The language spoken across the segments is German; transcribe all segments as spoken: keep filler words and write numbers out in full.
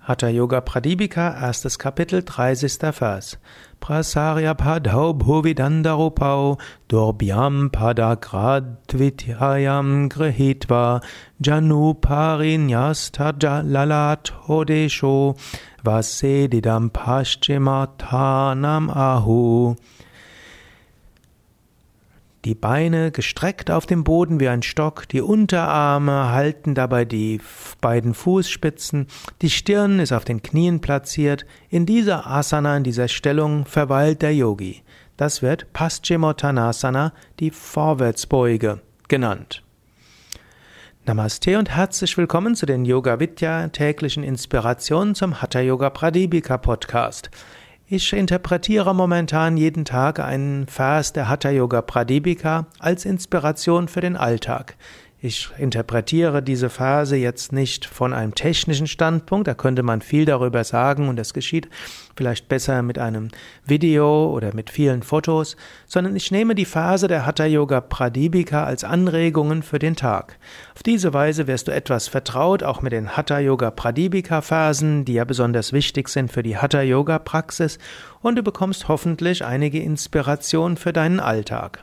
Hatha Yoga Pradipika, erstes Kapitel, dreißigster Vers. Prasarya padau bhuvidandarupau durbhyam padagradvityayam grihitva januparinyastadjalalat hodesho vasedidam paschimottanam ahu. Die Beine gestreckt auf dem Boden wie ein Stock, die Unterarme halten dabei die beiden Fußspitzen, die Stirn ist auf den Knien platziert. In dieser Asana, in dieser Stellung verweilt der Yogi. Das wird Paschimottanasana, die Vorwärtsbeuge, genannt. Namaste und herzlich willkommen zu den Yoga Vidya täglichen Inspirationen zum Hatha Yoga Pradipika Podcast. Ich interpretiere momentan jeden Tag einen Vers der Hatha Yoga Pradipika als Inspiration für den Alltag. Ich interpretiere diese Verse jetzt nicht von einem technischen Standpunkt, da könnte man viel darüber sagen und das geschieht vielleicht besser mit einem Video oder mit vielen Fotos, sondern ich nehme die Verse der Hatha Yoga Pradipika als Anregungen für den Tag. Auf diese Weise wirst du etwas vertraut, auch mit den Hatha Yoga Pradipika Versen, die ja besonders wichtig sind für die Hatha Yoga Praxis, und du bekommst hoffentlich einige Inspiration für deinen Alltag.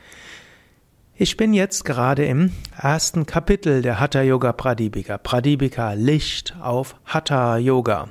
Ich bin jetzt gerade im ersten Kapitel der Hatha Yoga Pradipika. Pradipika, Licht auf Hatha Yoga.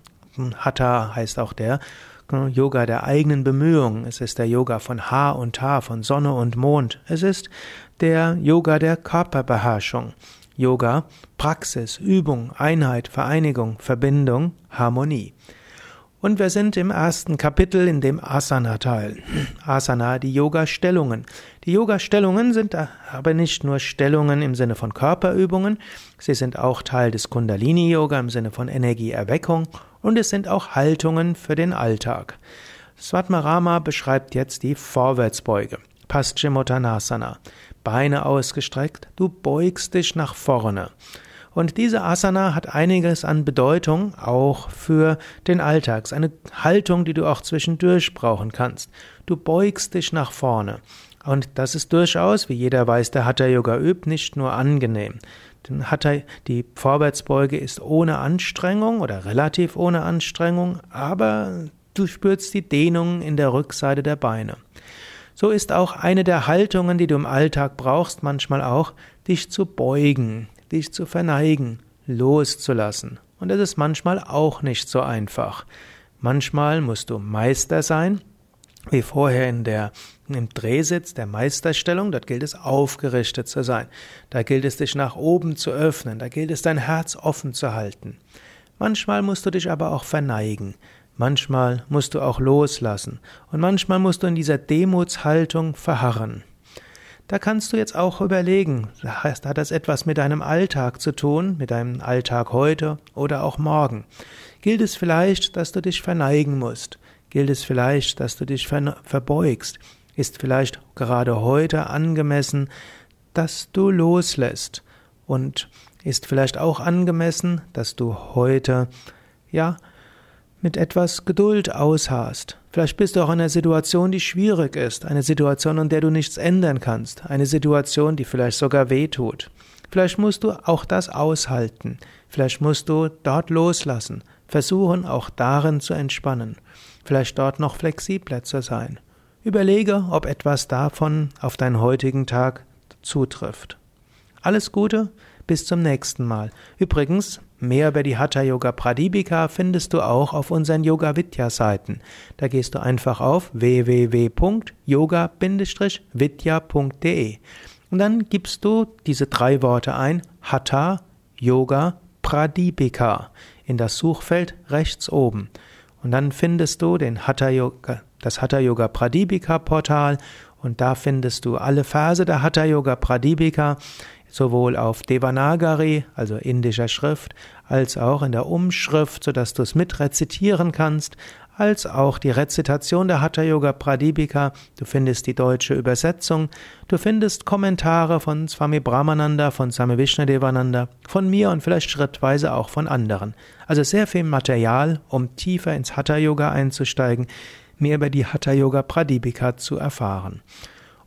Hatha heißt auch der Yoga der eigenen Bemühungen. Es ist der Yoga von Ha und Ta, von Sonne und Mond. Es ist der Yoga der Körperbeherrschung. Yoga, Praxis, Übung, Einheit, Vereinigung, Verbindung, Harmonie. Und wir sind im ersten Kapitel in dem Asana-Teil. Asana, die Yoga-Stellungen. Die Yoga-Stellungen sind aber nicht nur Stellungen im Sinne von Körperübungen, sie sind auch Teil des Kundalini-Yoga im Sinne von Energieerweckung und es sind auch Haltungen für den Alltag. Svatmarama beschreibt jetzt die Vorwärtsbeuge. Paschimottanasana. Beine ausgestreckt, du beugst dich nach vorne. Und diese Asana hat einiges an Bedeutung, auch für den Alltag. Es ist eine Haltung, die du auch zwischendurch brauchen kannst. Du beugst dich nach vorne. Und das ist durchaus, wie jeder weiß, der Hatha Yoga übt, nicht nur angenehm. Denn Hatha, die Vorwärtsbeuge ist ohne Anstrengung oder relativ ohne Anstrengung, aber du spürst die Dehnung in der Rückseite der Beine. So ist auch eine der Haltungen, die du im Alltag brauchst, manchmal auch, dich zu beugen, dich zu verneigen, loszulassen. Und das ist manchmal auch nicht so einfach. Manchmal musst du Meister sein, wie vorher in der, im Drehsitz der Meisterstellung. Dort gilt es, aufgerichtet zu sein. Da gilt es, dich nach oben zu öffnen. Da gilt es, dein Herz offen zu halten. Manchmal musst du dich aber auch verneigen. Manchmal musst du auch loslassen. Und manchmal musst du in dieser Demutshaltung verharren. Da kannst du jetzt auch überlegen, hat das etwas mit deinem Alltag zu tun, mit deinem Alltag heute oder auch morgen? Gilt es vielleicht, dass du dich verneigen musst? Gilt es vielleicht, dass du dich verbeugst? Ist vielleicht gerade heute angemessen, dass du loslässt? Und ist vielleicht auch angemessen, dass du heute, ja, mit etwas Geduld ausharrst. Vielleicht bist du auch in einer Situation, die schwierig ist, eine Situation, in der du nichts ändern kannst, eine Situation, die vielleicht sogar wehtut. Vielleicht musst du auch das aushalten, vielleicht musst du dort loslassen, versuchen auch darin zu entspannen, vielleicht dort noch flexibler zu sein. Überlege, ob etwas davon auf deinen heutigen Tag zutrifft. Alles Gute, bis zum nächsten Mal. Übrigens, mehr über die Hatha Yoga Pradipika findest du auch auf unseren Yoga Vidya Seiten. Da gehst du einfach auf w w w punkt yoga Bindestrich vidya punkt de und dann gibst du diese drei Worte ein, Hatha Yoga Pradipika, in das Suchfeld rechts oben. Und dann findest du den Hatha Yoga, das Hatha Yoga Pradipika Portal und da findest du alle Verse der Hatha Yoga Pradipika, sowohl auf Devanagari, also indischer Schrift, als auch in der Umschrift, sodass du es mitrezitieren kannst, als auch die Rezitation der Hatha Yoga Pradipika. Du findest die deutsche Übersetzung, du findest Kommentare von Swami Brahmananda, von Swami Vishnadevananda, von mir und vielleicht schrittweise auch von anderen. Also sehr viel Material, um tiefer ins Hatha Yoga einzusteigen, mehr über die Hatha Yoga Pradipika zu erfahren.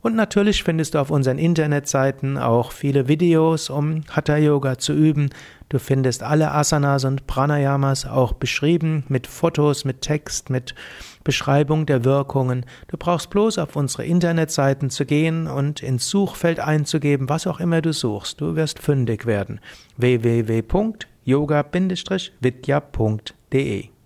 Und natürlich findest du auf unseren Internetseiten auch viele Videos, um Hatha Yoga zu üben. Du findest alle Asanas und Pranayamas auch beschrieben mit Fotos, mit Text, mit Beschreibung der Wirkungen. Du brauchst bloß auf unsere Internetseiten zu gehen und ins Suchfeld einzugeben, was auch immer du suchst. Du wirst fündig werden. w w w punkt yoga Bindestrich vidya punkt de